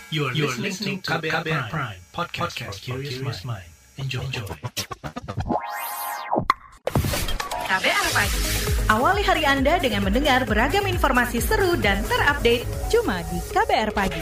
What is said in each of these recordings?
You are listening to KBR Prime, podcast for curious mind. Enjoy. KBR Pagi. Awali hari Anda dengan mendengar beragam informasi seru dan terupdate cuma di KBR Pagi.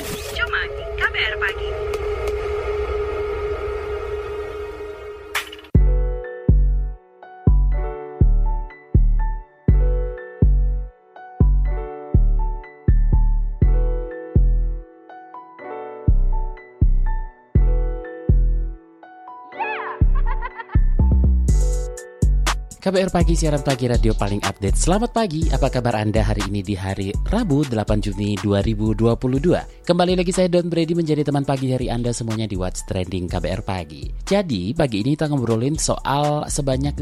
KBR Pagi, siaran pagi radio paling update. Selamat pagi, apa kabar Anda hari ini di hari Rabu 8 Juni 2022? Kembali lagi saya Don Brady menjadi teman pagi dari Anda semuanya di What's Trending KBR Pagi. Jadi pagi ini kita ngobrolin soal sebanyak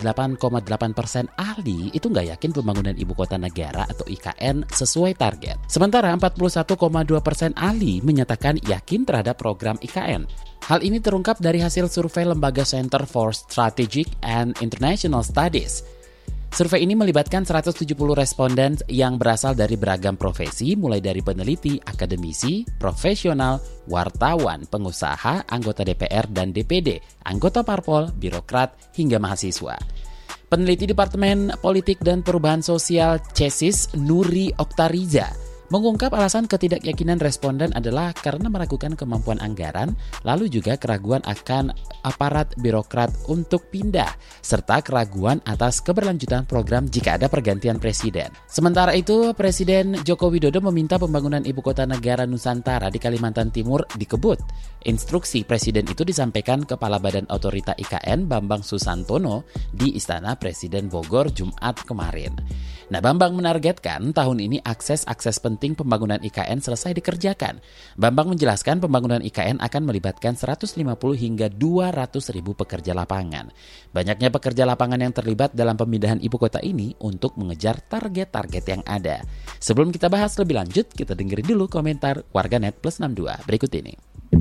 58,8% ahli itu nggak yakin pembangunan ibu kota negara atau IKN sesuai target. Sementara 41,2% ahli menyatakan yakin terhadap program IKN. Hal ini terungkap dari hasil survei lembaga Center for Strategic and International Studies. Survei ini melibatkan 170 responden yang berasal dari beragam profesi, mulai dari peneliti, akademisi, profesional, wartawan, pengusaha, anggota DPR dan DPD, anggota parpol, birokrat, hingga mahasiswa. Peneliti Departemen Politik dan Perubahan Sosial CESIS, Nuri Oktariza, mengungkap alasan ketidakyakinan responden adalah karena meragukan kemampuan anggaran, lalu juga keraguan akan aparat birokrat untuk pindah, serta keraguan atas keberlanjutan program jika ada pergantian presiden. Sementara itu, Presiden Joko Widodo meminta pembangunan ibu kota negara Nusantara di Kalimantan Timur dikebut. Instruksi Presiden itu disampaikan Kepala Badan Otorita IKN Bambang Susantono di Istana Presiden Bogor Jumat kemarin. Nah, Bambang menargetkan tahun ini akses penting pembangunan IKN selesai dikerjakan. Bambang menjelaskan pembangunan IKN akan melibatkan 150 hingga 200 ribu pekerja lapangan. Banyaknya pekerja lapangan yang terlibat dalam pemindahan ibu kota ini untuk mengejar target-target yang ada. Sebelum kita bahas lebih lanjut, kita dengerin dulu komentar warganet plus 62 berikut ini.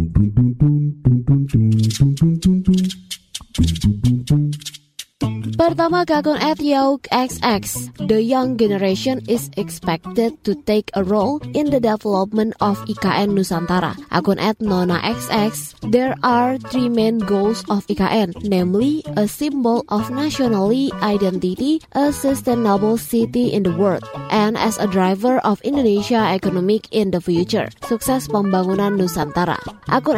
Pertama ke akun @YaukXX, the young generation is expected to take a role in the development of IKN Nusantara. Akun @NonaXX, there are three main goals of IKN, namely a symbol of nationally identity, a sustainable city in the world, and as a driver of Indonesia economic in the future. Sukses pembangunan Nusantara. Akun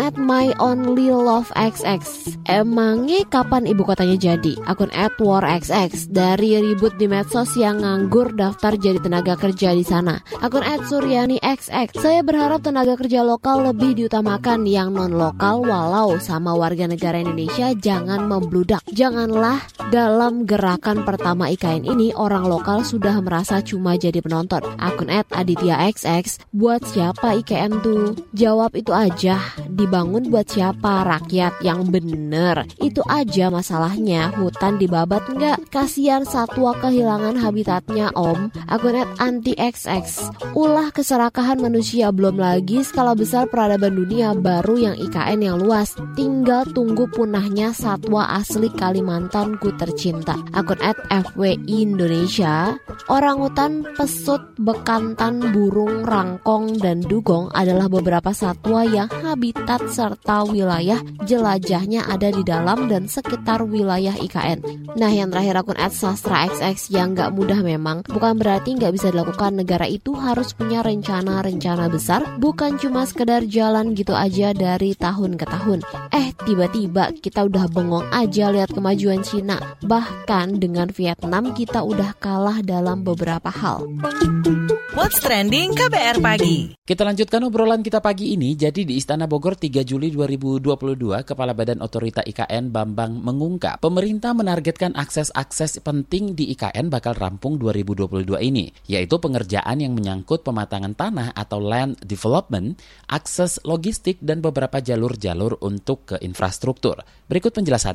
@MyOnlyLoveXX, emangnya kapan ibu kotanya jadi? Akun @WarXX, dari ribut di medsos yang nganggur daftar jadi tenaga kerja di sana. Akun @SuryaniXX, saya berharap tenaga kerja lokal lebih diutamakan, yang non-lokal walau sama warga negara Indonesia jangan membludak. Janganlah dalam gerakan pertama IKN ini orang lokal sudah merasa cuma jadi penonton. Akun @AdityaXX, buat siapa IKN tuh? Jawab itu aja, dibangun buat siapa? Rakyat yang bener. Itu aja masalahnya, hutan dibabat nggak? Kasihan satwa kehilangan habitatnya om. Akun @AntiXX, ulah keserakahan manusia, belum lagi skala besar peradaban dunia baru yang IKN yang luas. Tinggal tunggu punahnya satwa asli Kalimantanku tercinta. Akun @FWI Indonesia, orangutan, pesut, bekantan, burung, rangkong, dan dugong adalah beberapa satwa yang habitat serta wilayah jelajahnya ada di dalam dan sekitar wilayah IKN. Nah, yang terakhir akun @SastraXX, yang gak mudah memang, bukan berarti gak bisa dilakukan. Negara itu harus punya rencana-rencana besar, bukan cuma sekedar jalan gitu aja dari tahun ke tahun. Tiba-tiba kita udah bengong aja lihat kemajuan Cina. Bahkan dengan Vietnam kita udah kalah dalam beberapa hal. What's Trending KBR Pagi. Kita lanjutkan obrolan kita pagi ini. Jadi di Istana Bogor 3 Juli 2022, Kepala Badan Otorita IKN Bambang mengungkap pemerintah menargetkan akses penting di IKN bakal rampung 2022 ini, yaitu pengerjaan yang menyangkut pematangan tanah atau land development, akses logistik, dan beberapa jalur-jalur untuk ke infrastruktur. Berikut penjelasannya.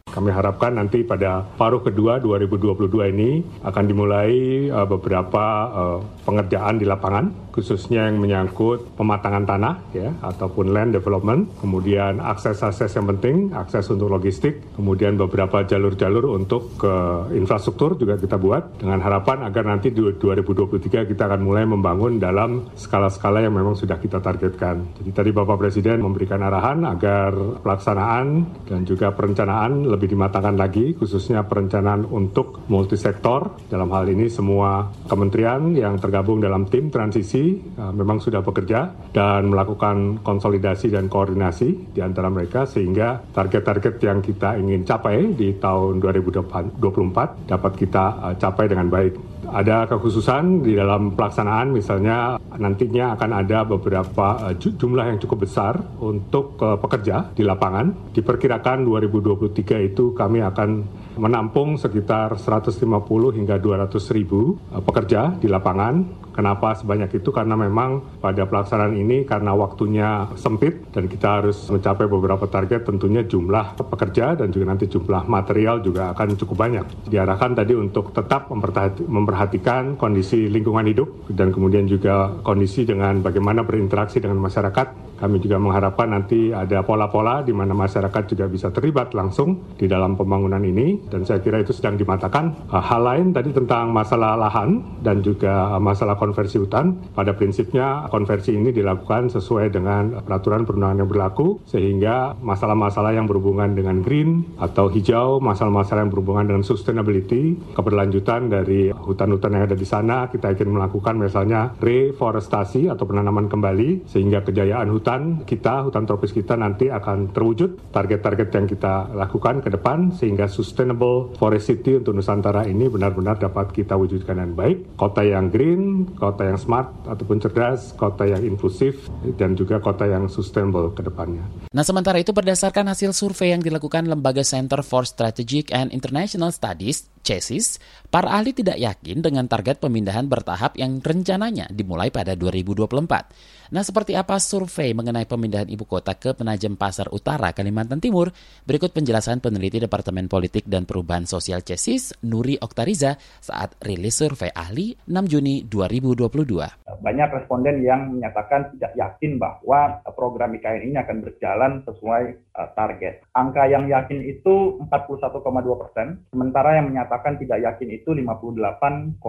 Kami harapkan nanti pada paruh kedua 2022 ini akan dimulai beberapa pengerjaan di lapangan, khususnya yang menyangkut pematangan tanah ya ataupun land development, kemudian akses-akses yang penting, akses untuk logistik, kemudian beberapa jalur-jalur untuk infrastruktur juga kita buat dengan harapan agar nanti di 2023 kita akan mulai membangun dalam skala-skala yang memang sudah kita targetkan. Jadi tadi Bapak Presiden memberikan arahan agar pelaksanaan dan juga perencanaan lebih dimatangkan lagi, khususnya perencanaan untuk multisektor. Dalam hal ini semua kementerian yang tergabung dalam tim transisi memang sudah bekerja dan melakukan konsolidasi dan koordinasi di antara mereka sehingga target-target yang kita ingin capai di tahun 2024 dapat kita capai dengan baik. Ada kekhususan di dalam pelaksanaan, misalnya nantinya akan ada beberapa jumlah yang cukup besar untuk pekerja di lapangan. Diperkirakan 2023 itu kami akan menampung sekitar 150 hingga 200 ribu pekerja di lapangan. Kenapa sebanyak itu? Karena memang pada pelaksanaan ini karena waktunya sempit dan kita harus mencapai beberapa target, tentunya jumlah pekerja dan juga nanti jumlah material juga akan cukup banyak. Diarahkan tadi untuk tetap memperhatikan kondisi lingkungan hidup dan kemudian juga kondisi dengan bagaimana berinteraksi dengan masyarakat. Kami juga mengharapkan nanti ada pola-pola di mana masyarakat juga bisa terlibat langsung di dalam pembangunan ini dan saya kira itu sedang dimatakan. Hal lain tadi tentang masalah lahan dan juga masalah konversi hutan. Pada prinsipnya konversi ini dilakukan sesuai dengan peraturan perundangan yang berlaku sehingga masalah-masalah yang berhubungan dengan green atau hijau, masalah-masalah yang berhubungan dengan sustainability, keberlanjutan dari hutan-hutan yang ada di sana, kita ingin melakukan misalnya reforestasi atau penanaman kembali sehingga kejayaan hutan tropis kita nanti akan terwujud. Target-target yang kita lakukan ke depan sehingga sustainable forest city untuk Nusantara ini benar-benar dapat kita wujudkan dengan baik. Kota yang green, kota yang smart ataupun cerdas, kota yang inklusif dan juga kota yang sustainable ke depannya. Nah, sementara itu berdasarkan hasil survei yang dilakukan Lembaga Center for Strategic and International Studies, CSIS, para ahli tidak yakin dengan target pemindahan bertahap yang rencananya dimulai pada 2024. Nah, seperti apa survei mengenai pemindahan ibu kota ke Penajam Pasar Utara, Kalimantan Timur? Berikut penjelasan peneliti Departemen Politik dan Perubahan Sosial CSIS, Nuri Oktariza, saat rilis survei ahli 6 Juni 2022. Banyak responden yang menyatakan tidak yakin bahwa program IKN ini akan berjalan sesuai target. Angka yang yakin itu 41,2%, sementara yang menyatakan tidak yakin itu 58,8%.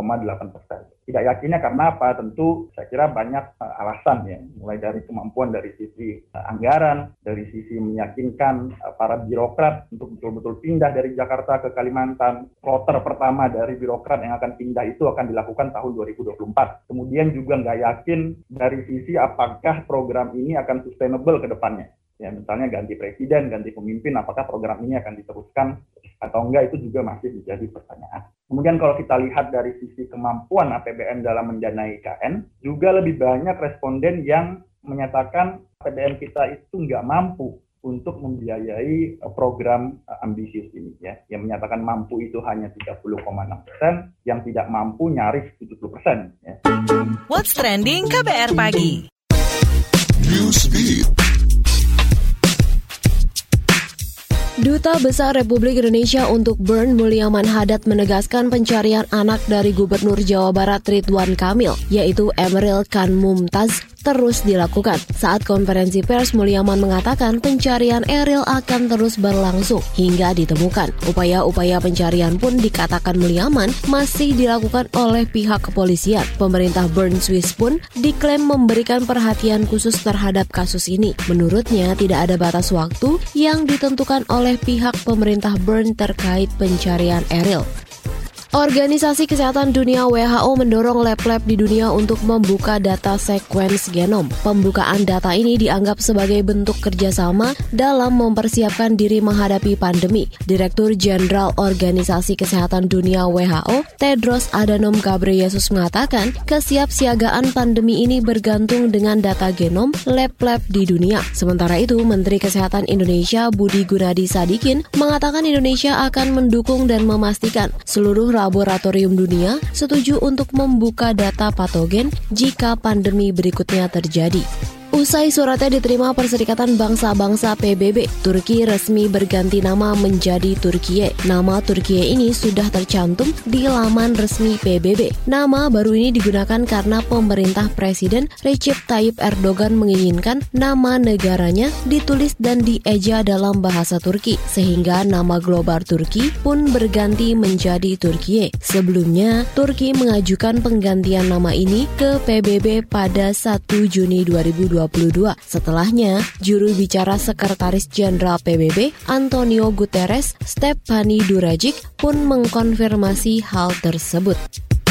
Tidak yakinnya karena apa? Tentu saya kira banyak alasan ya, mulai dari kemampuan dari sisi anggaran, dari sisi meyakinkan para birokrat untuk betul-betul pindah dari Jakarta ke Kalimantan. Kloter pertama dari birokrat yang akan pindah itu akan dilakukan tahun 2024. Kemudian juga nggak yakin dari sisi apakah program ini akan sustainable ke depannya. Ya, misalnya ganti presiden, ganti pemimpin, apakah program ini akan diteruskan atau enggak, itu juga masih menjadi pertanyaan. Kemudian kalau kita lihat dari sisi kemampuan APBN dalam mendanai IKN, juga lebih banyak responden yang menyatakan APBN kita itu nggak mampu untuk membiayai program ambisius ini. Ya. Yang menyatakan mampu itu hanya 30,6%, yang tidak mampu nyaris 70%. Ya. What's Trending KBR Pagi. Duta Besar Republik Indonesia untuk Bern Mulyaman Hadad menegaskan pencarian anak dari Gubernur Jawa Barat Ridwan Kamil, yaitu Emeril Khan Mumtaz, terus dilakukan. Saat konferensi pers, Mulyaman mengatakan pencarian Eril akan terus berlangsung hingga ditemukan. Upaya-upaya pencarian pun dikatakan Mulyaman masih dilakukan oleh pihak kepolisian. Pemerintah Bern, Swiss pun diklaim memberikan perhatian khusus terhadap kasus ini. Menurutnya tidak ada batas waktu yang ditentukan oleh pihak pemerintah Bern terkait pencarian Eril. Organisasi Kesehatan Dunia WHO mendorong lab-lab di dunia untuk membuka data sekuens genom. Pembukaan data ini dianggap sebagai bentuk kerjasama dalam mempersiapkan diri menghadapi pandemi. Direktur Jenderal Organisasi Kesehatan Dunia WHO, Tedros Adhanom Ghebreyesus mengatakan, kesiapsiagaan pandemi ini bergantung dengan data genom lab-lab di dunia. Sementara itu, Menteri Kesehatan Indonesia Budi Gunadi Sadikin mengatakan Indonesia akan mendukung dan memastikan seluruh laboratorium dunia setuju untuk membuka data patogen jika pandemi berikutnya terjadi. Usai suratnya diterima Perserikatan Bangsa-Bangsa PBB, Turki resmi berganti nama menjadi Turkiye. Nama Turkiye ini sudah tercantum di laman resmi PBB. Nama baru ini digunakan karena pemerintah Presiden Recep Tayyip Erdogan menginginkan nama negaranya ditulis dan dieja dalam bahasa Turki, sehingga nama global Turki pun berganti menjadi Turkiye. Sebelumnya, Turki mengajukan penggantian nama ini ke PBB pada 1 Juni 2022. Setelahnya, juru bicara Sekretaris Jenderal PBB, Antonio Guterres, Stephane Dujarric pun mengkonfirmasi hal tersebut.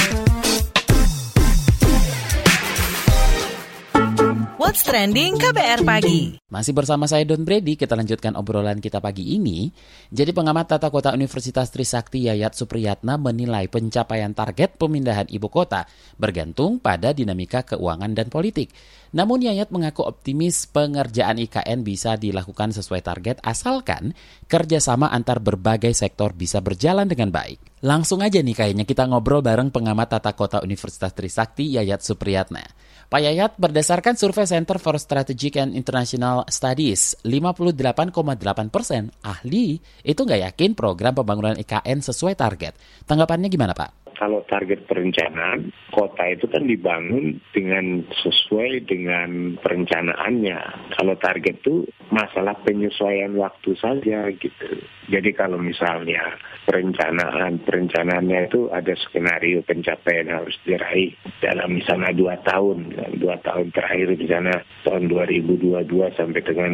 What's Trending KBR Pagi. Masih bersama saya Don Brady, kita lanjutkan obrolan kita pagi ini. Jadi pengamat tata kota Universitas Trisakti Yayat Supriyatna menilai pencapaian target pemindahan ibu kota bergantung pada dinamika keuangan dan politik. Namun Yayat mengaku optimis pengerjaan IKN bisa dilakukan sesuai target asalkan kerjasama antar berbagai sektor bisa berjalan dengan baik. Langsung aja nih kayaknya kita ngobrol bareng pengamat tata kota Universitas Trisakti Yayat Supriyatna. Pak Yayat, berdasarkan survei Center for Strategic and International Studies, 58,8% ahli itu nggak yakin program pembangunan IKN sesuai target. Tanggapannya gimana, Pak? Kalau target perencanaan, kota itu kan dibangun dengan sesuai dengan perencanaannya. Kalau target itu masalah penyesuaian waktu saja gitu. Jadi kalau misalnya perencanaannya itu ada skenario pencapaian harus diraih dalam misalnya 2 tahun. 2 tahun terakhir misalnya tahun 2022 sampai dengan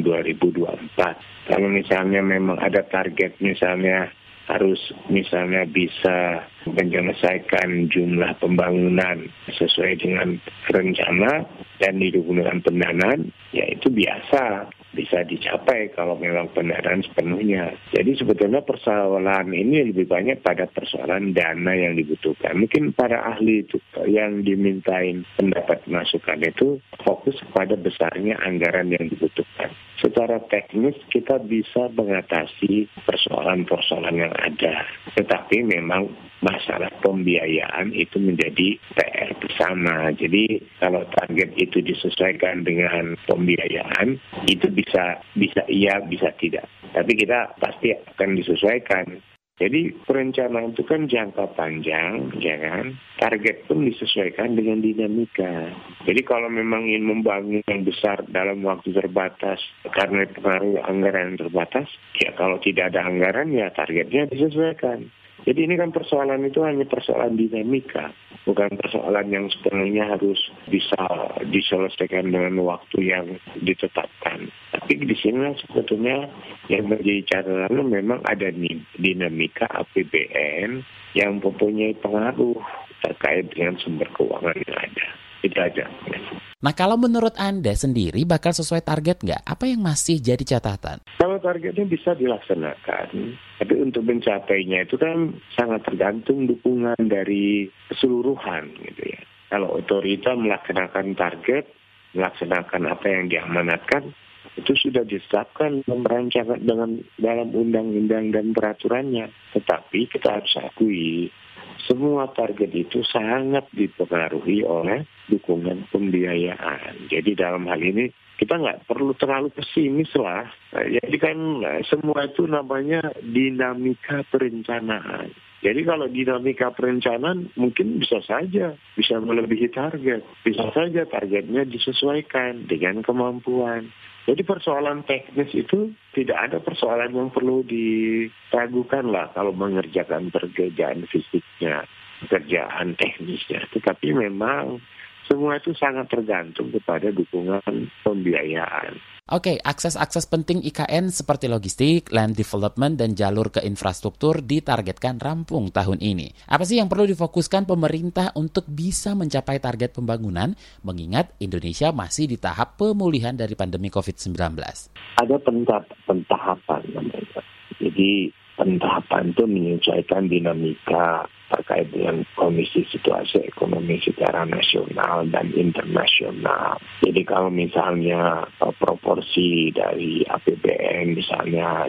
2024. Kalau misalnya memang ada target misalnya harus misalnya bisa menyelesaikan jumlah pembangunan sesuai dengan rencana dan didukung dengan pendanaan, ya itu biasa bisa dicapai kalau memang pendanaan sepenuhnya. Jadi sebetulnya persoalan ini lebih banyak pada persoalan dana yang dibutuhkan. Mungkin para ahli itu yang dimintain pendapat masukan itu fokus pada besarnya anggaran yang dibutuhkan. Secara teknis kita bisa mengatasi persoalan-persoalan yang ada. Tetapi memang masalah pembiayaan itu menjadi PR bersama. Jadi kalau target itu disesuaikan dengan pembiayaan, itu bisa iya, bisa tidak. Tapi kita pasti akan disesuaikan. Jadi perencanaan itu kan jangka panjang, ya kan? Target pun disesuaikan dengan dinamika. Jadi kalau memang ingin membangun yang besar dalam waktu terbatas karena pengaruh anggaran yang terbatas, ya kalau tidak ada anggaran ya targetnya disesuaikan. Jadi ini kan persoalan itu hanya persoalan dinamika, bukan persoalan yang sepenuhnya harus bisa diselesaikan dengan waktu yang ditetapkan. Tapi di sini sebetulnya yang menjadi catatan memang ada dinamika APBN yang mempunyai pengaruh terkait dengan sumber keuangan yang ada. Itu aja. Nah, kalau menurut Anda sendiri bakal sesuai target nggak? Apa yang masih jadi catatan? Kalau targetnya bisa dilaksanakan, tapi untuk mencapainya itu kan sangat tergantung dukungan dari keseluruhan, gitu ya. Kalau otorita melaksanakan target, melaksanakan apa yang diamanatkan, itu sudah ditetapkan merancangan dengan dalam undang-undang dan peraturannya. Tetapi kita harus akui, semua target itu sangat dipengaruhi oleh dukungan pembiayaan. Jadi dalam hal ini kita nggak perlu terlalu pesimis lah. Jadi kan semua itu namanya dinamika perencanaan. Jadi kalau dinamika perencanaan mungkin bisa saja bisa melebihi target. Bisa saja targetnya disesuaikan dengan kemampuan. Jadi persoalan teknis itu tidak ada persoalan yang perlu diragukan lah kalau mengerjakan pekerjaan fisiknya, pekerjaan teknisnya. Tetapi memang semua itu sangat tergantung kepada dukungan pembiayaan. Oke, akses-akses penting IKN seperti logistik, land development, dan jalur ke infrastruktur ditargetkan rampung tahun ini. Apa sih yang perlu difokuskan pemerintah untuk bisa mencapai target pembangunan, mengingat Indonesia masih di tahap pemulihan dari pandemi COVID-19? Ada pentahapan namanya. Jadi pentahapan itu menyesuaikan dinamika terkait dengan kondisi situasi ekonomi secara nasional dan internasional. Jadi kalau misalnya proporsi dari APBN misalnya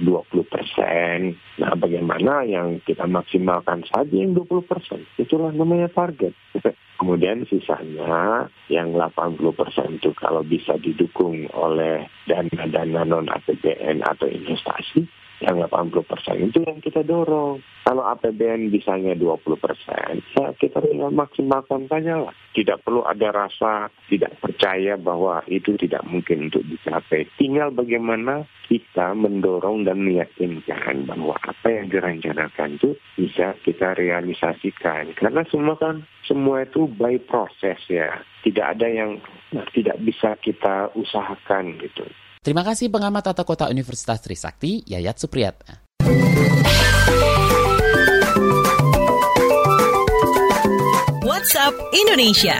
20%, nah bagaimana yang kita maksimalkan saja yang 20%? Itulah namanya target. Kemudian sisanya yang 80% itu kalau bisa didukung oleh dana-dana non-APBN atau investasi, yang 80% itu yang kita dorong. Kalau APBN bisanya 20%, ya kita tinggal maksimalkan saja lah. Tidak perlu ada rasa tidak percaya bahwa itu tidak mungkin untuk dicapai. Tinggal bagaimana kita mendorong dan meyakinkan bahwa apa yang direncanakan itu bisa kita realisasikan. Karena semua itu by proses ya. Tidak ada yang tidak bisa kita usahakan gitu. Terima kasih pengamat tata kota Universitas Trisakti, Yayat Supriyatna. WhatsApp Indonesia.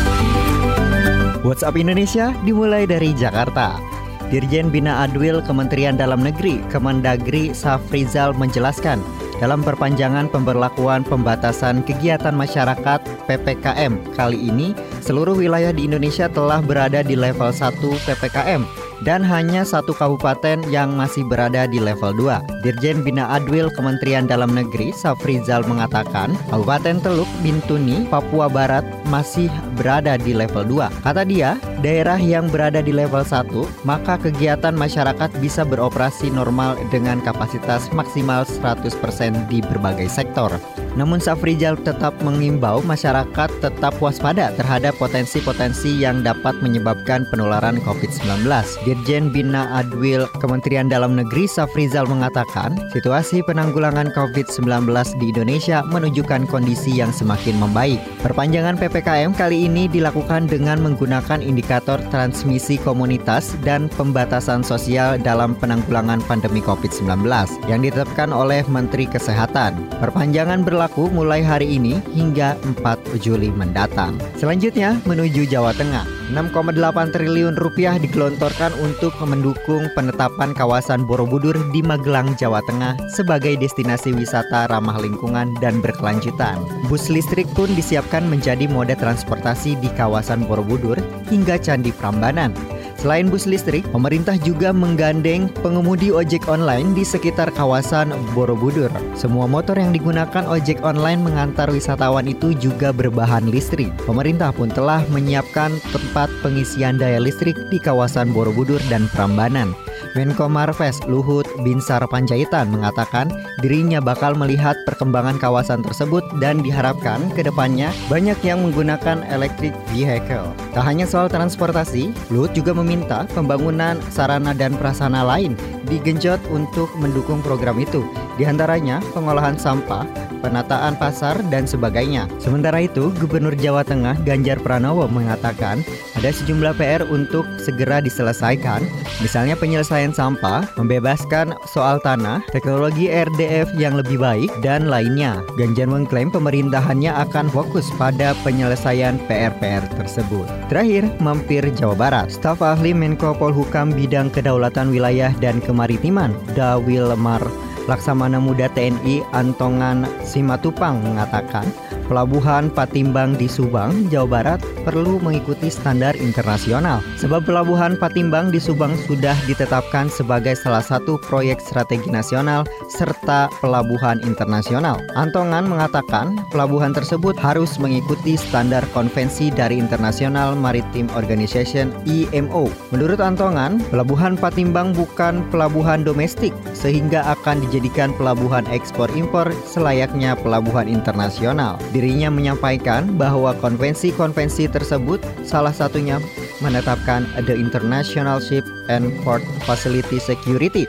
WhatsApp Indonesia dimulai dari Jakarta. Dirjen Bina Adwil Kementerian Dalam Negeri Kemendagri Safrizal menjelaskan, dalam perpanjangan pemberlakuan pembatasan kegiatan masyarakat PPKM kali ini, seluruh wilayah di Indonesia telah berada di level 1 PPKM dan hanya 1 kabupaten yang masih berada di level 2. Dirjen Bina Adwil Kementerian Dalam Negeri Safrizal mengatakan, Kabupaten Teluk Bintuni, Papua Barat masih berada di level 2. Kata dia, daerah yang berada di level 1, maka kegiatan masyarakat bisa beroperasi normal dengan kapasitas maksimal 100% di berbagai sektor. Namun Safrizal tetap mengimbau masyarakat tetap waspada terhadap potensi-potensi yang dapat menyebabkan penularan COVID-19. Dirjen Bina Adwil Kementerian Dalam Negeri Safrizal mengatakan, situasi penanggulangan COVID-19 di Indonesia menunjukkan kondisi yang semakin membaik. Perpanjangan PPKM kali ini dilakukan dengan menggunakan indikator transmisi komunitas dan pembatasan sosial dalam penanggulangan pandemi COVID-19 yang ditetapkan oleh Menteri Kesehatan. Perpanjangan berlaku mulai hari ini hingga 4 Juli mendatang. Selanjutnya menuju Jawa Tengah. 6,8 triliun rupiah digelontorkan untuk mendukung penetapan kawasan Borobudur di Magelang, Jawa Tengah sebagai destinasi wisata ramah lingkungan dan berkelanjutan. Bus listrik pun disiapkan menjadi moda transportasi di kawasan Borobudur hingga Candi Prambanan. Selain bus listrik, pemerintah juga menggandeng pengemudi ojek online di sekitar kawasan Borobudur. Semua motor yang digunakan ojek online mengantar wisatawan itu juga berbahan listrik. Pemerintah pun telah menyiapkan tempat pengisian daya listrik di kawasan Borobudur dan Prambanan. Menko Marves Luhut Binsar Panjaitan mengatakan dirinya bakal melihat perkembangan kawasan tersebut dan diharapkan ke depannya banyak yang menggunakan electric vehicle. Tak hanya soal transportasi, Luhut juga meminta pembangunan sarana dan prasarana lain digenjot untuk mendukung program itu, di antaranya pengolahan sampah, penataan pasar, dan sebagainya. Sementara itu, Gubernur Jawa Tengah Ganjar Pranowo mengatakan ada sejumlah PR untuk segera diselesaikan, misalnya penyelesaian sampah, membebaskan soal tanah, teknologi RDF yang lebih baik, dan lainnya. Ganjar mengklaim pemerintahannya akan fokus pada penyelesaian PR-PR tersebut. Terakhir, mampir Jawa Barat. Staf ahli Menko Polhukam bidang kedaulatan wilayah dan kemaritiman, Dawilmar Laksamana Muda TNI Antongan Simatupang mengatakan Pelabuhan Patimbang di Subang, Jawa Barat perlu mengikuti standar internasional. Sebab Pelabuhan Patimbang di Subang sudah ditetapkan sebagai salah satu proyek strategi nasional serta pelabuhan internasional. Antongan mengatakan pelabuhan tersebut harus mengikuti standar konvensi dari International Maritime Organization IMO. Menurut Antongan, Pelabuhan Patimbang bukan pelabuhan domestik sehingga akan dijadikan pelabuhan ekspor-impor selayaknya pelabuhan internasional. Dirinya menyampaikan bahwa konvensi-konvensi tersebut salah satunya menetapkan The International Ship and Port Facility Security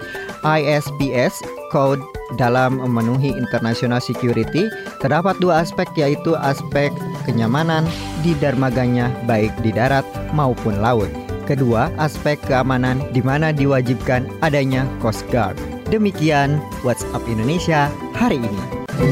ISPS Code. Dalam memenuhi international security terdapat dua aspek, yaitu aspek kenyamanan di dermaganya baik di darat maupun laut. Kedua, aspek keamanan di mana diwajibkan adanya Coast Guard. Demikian WhatsApp Indonesia hari ini.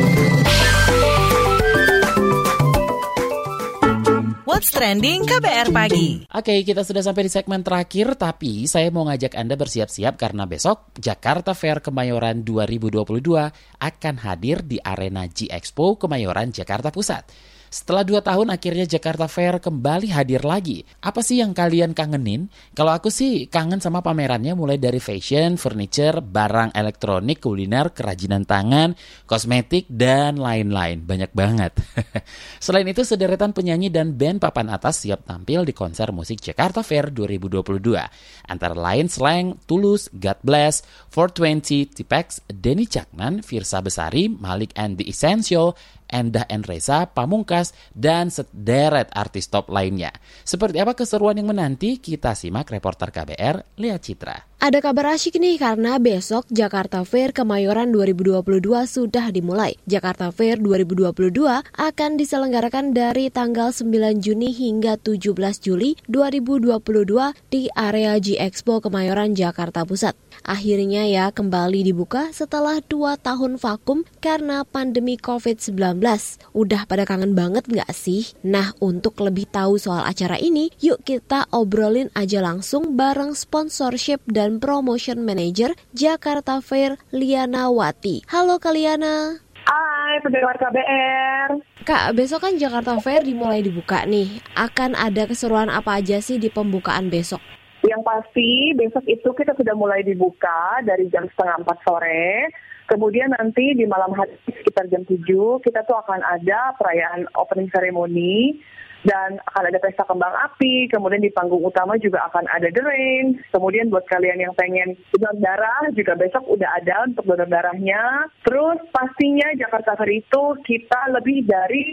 What's Trending KBR Pagi. Oke, kita sudah sampai di segmen terakhir, tapi saya mau ngajak Anda bersiap-siap karena besok Jakarta Fair Kemayoran 2022 akan hadir di Arena G-Expo Kemayoran, Jakarta Pusat. Setelah 2 tahun akhirnya Jakarta Fair kembali hadir lagi. Apa sih yang kalian kangenin? Kalau aku sih kangen sama pamerannya mulai dari fashion, furniture, barang elektronik, kuliner, kerajinan tangan, kosmetik, dan lain-lain. Banyak banget. Selain itu, sederetan penyanyi dan band papan atas siap tampil di konser musik Jakarta Fair 2022. Antara lain Slang, Tulus, God Bless, 420, Tipex, Denny Caknan, Firsa Besari, Malik and the Essential, Endah and Reza, Pamungkas, dan sederet artis top lainnya. Seperti apa keseruan yang menanti? Kita simak reporter KBR, Lea Citra. Ada kabar asyik nih karena besok Jakarta Fair Kemayoran 2022 sudah dimulai. Jakarta Fair 2022 akan diselenggarakan dari tanggal 9 Juni hingga 17 Juli 2022 di area G-Expo Kemayoran, Jakarta Pusat. Akhirnya ya kembali dibuka setelah 2 tahun vakum karena pandemi COVID-19. Udah pada kangen banget gak sih? Nah, untuk lebih tahu soal acara ini, yuk kita obrolin aja langsung bareng sponsorship dan promotion manager Jakarta Fair, Liana Wati. Halo Kak Liana. Hai pendengar KBR. Kak, besok kan Jakarta Fair dimulai dibuka nih. Akan ada keseruan apa aja sih di pembukaan besok? Yang pasti besok itu kita sudah mulai dibuka dari jam 3:30 sore. Kemudian nanti di malam hari sekitar jam 7 kita tuh akan ada perayaan opening ceremony. Dan akan ada pesta kembang api, kemudian di panggung utama juga akan ada The Rain. Kemudian buat kalian yang pengen donor darah, juga besok udah ada untuk donor darahnya. Terus pastinya Jakarta Fair itu kita lebih dari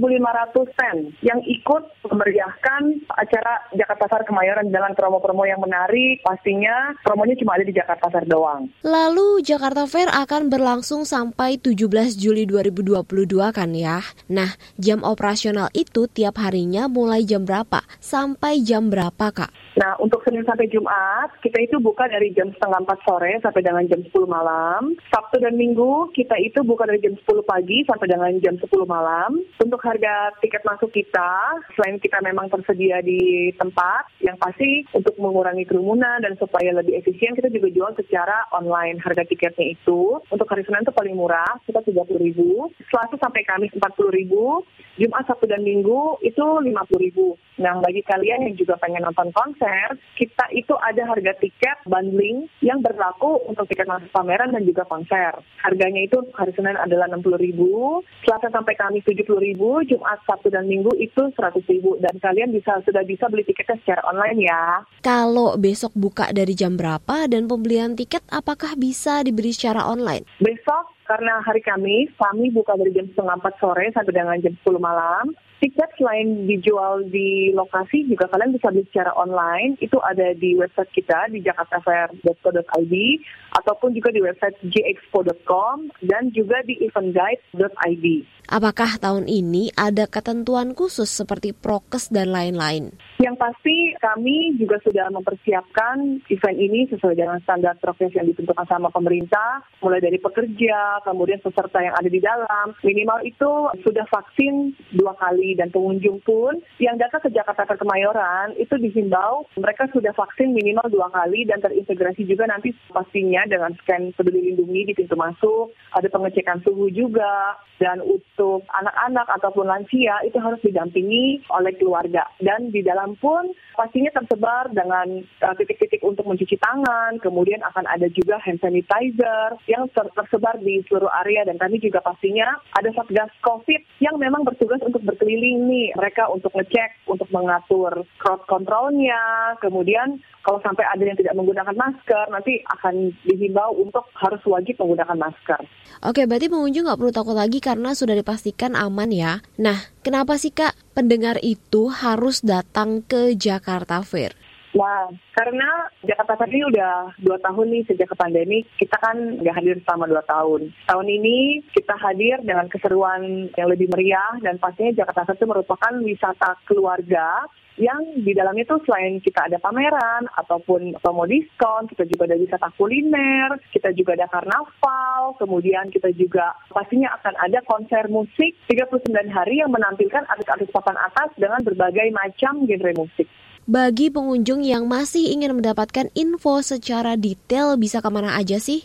2.500 stand yang ikut memeriahkan acara Jakarta Fair Kemayoran dengan promo-promo yang menarik. Pastinya promonya cuma ada di Jakarta Fair doang. Lalu Jakarta Fair akan berlangsung sampai 17 Juli 2022 kan ya? Nah, jam operasional itu tiap harinya mulai jam berapa? Sampai jam berapa, Kak? Nah, untuk Senin sampai Jumat, kita itu buka dari jam 3:30 sore sampai dengan jam 10 malam. Sabtu dan Minggu, kita itu buka dari jam 10 pagi sampai dengan jam 10 malam. Untuk harga tiket masuk kita, selain kita memang tersedia di tempat, yang pasti untuk mengurangi kerumunan dan supaya lebih efisien, kita juga jual secara online. Harga tiketnya itu, untuk hari Senin itu paling murah, kita 30.000. Selasa sampai Kamis 40.000. Jumat, Sabtu, dan Minggu itu 50.000. Nah, bagi kalian yang juga pengen nonton konser, kita itu ada harga tiket bundling yang berlaku untuk tiket masuk pameran dan juga konser. Harganya itu hari Senin adalah 60.000, Selasa sampai Kamis 70.000, Jumat, Sabtu, dan Minggu itu 100.000. Dan kalian sudah bisa beli tiketnya secara online ya. Kalau besok buka dari jam berapa dan pembelian tiket apakah bisa dibeli secara online? Besok karena hari Kamis, kami buka dari jam 3:30 sore sampai dengan jam 10 malam. Tiket selain dijual di lokasi, juga kalian bisa beli secara online. Itu ada di website kita di jakartafair.co.id ataupun juga di website gexpo.com dan juga di eventguide.id. Apakah tahun ini ada ketentuan khusus seperti prokes dan lain-lain? Yang pasti kami juga sudah mempersiapkan event ini sesuai dengan standar prokes yang ditentukan sama pemerintah, mulai dari pekerja, kemudian peserta yang ada di dalam. Minimal itu sudah vaksin 2 kali dan pengunjung pun yang datang ke Jakarta Fair Kemayoran itu dihimbau mereka sudah vaksin minimal 2 kali dan terintegrasi juga nanti pastinya dengan scan Peduli Lindungi di pintu masuk, ada pengecekan suhu juga, dan untuk anak-anak ataupun lansia itu harus didampingi oleh keluarga. Dan di dalam pun pastinya tersebar dengan titik-titik untuk mencuci tangan, kemudian akan ada juga hand sanitizer yang tersebar di seluruh area, dan kami juga pastinya ada Satgas COVID yang memang bertugas untuk berkeliling nih, mereka untuk ngecek, untuk mengatur crowd control-nya, kemudian kalau sampai ada yang tidak menggunakan masker, nanti akan dihimbau untuk harus wajib menggunakan masker. Oke, berarti pengunjung nggak perlu takut lagi karena sudah dipastikan aman ya. Nah, kenapa sih Kak pendengar itu harus datang ke Jakarta Fair? Nah, karena Jakarta Fair ini udah 2 tahun nih sejak pandemi, kita kan nggak hadir selama 2 tahun. Tahun ini kita hadir dengan keseruan yang lebih meriah, dan pastinya Jakarta Fair itu merupakan wisata keluarga yang di dalamnya itu selain kita ada pameran ataupun promo diskon, kita juga ada wisata kuliner, kita juga ada karnaval, kemudian kita juga pastinya akan ada konser musik 39 hari yang menampilkan artis-artis papan atas dengan berbagai macam genre musik. Bagi pengunjung yang masih ingin mendapatkan info secara detail bisa kemana aja sih?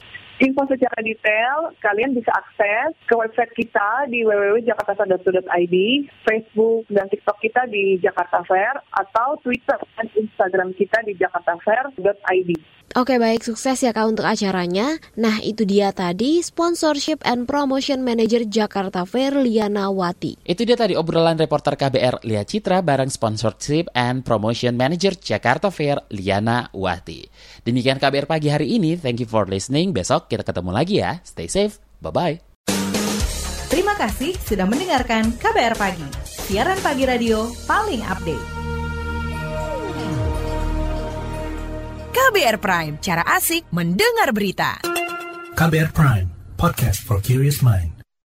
Info secara detail, kalian bisa akses ke website kita di www.jakartafair.co.id, Facebook dan TikTok kita di Jakarta Fair, atau Twitter dan Instagram kita di jakartafair.id. Oke, baik, sukses ya Kak untuk acaranya. Nah, itu dia tadi Sponsorship and Promotion Manager Jakarta Fair Liana Wati. Itu dia tadi obrolan reporter KBR Lia Citra bareng Sponsorship and Promotion Manager Jakarta Fair Liana Wati. Demikian KBR Pagi hari ini. Thank you for listening. Besok kita ketemu lagi ya. Stay safe. Bye-bye. Terima kasih sudah mendengarkan KBR Pagi, siaran pagi radio paling update. KBR Prime, cara asik mendengar berita. KBR Prime, podcast for curious mind.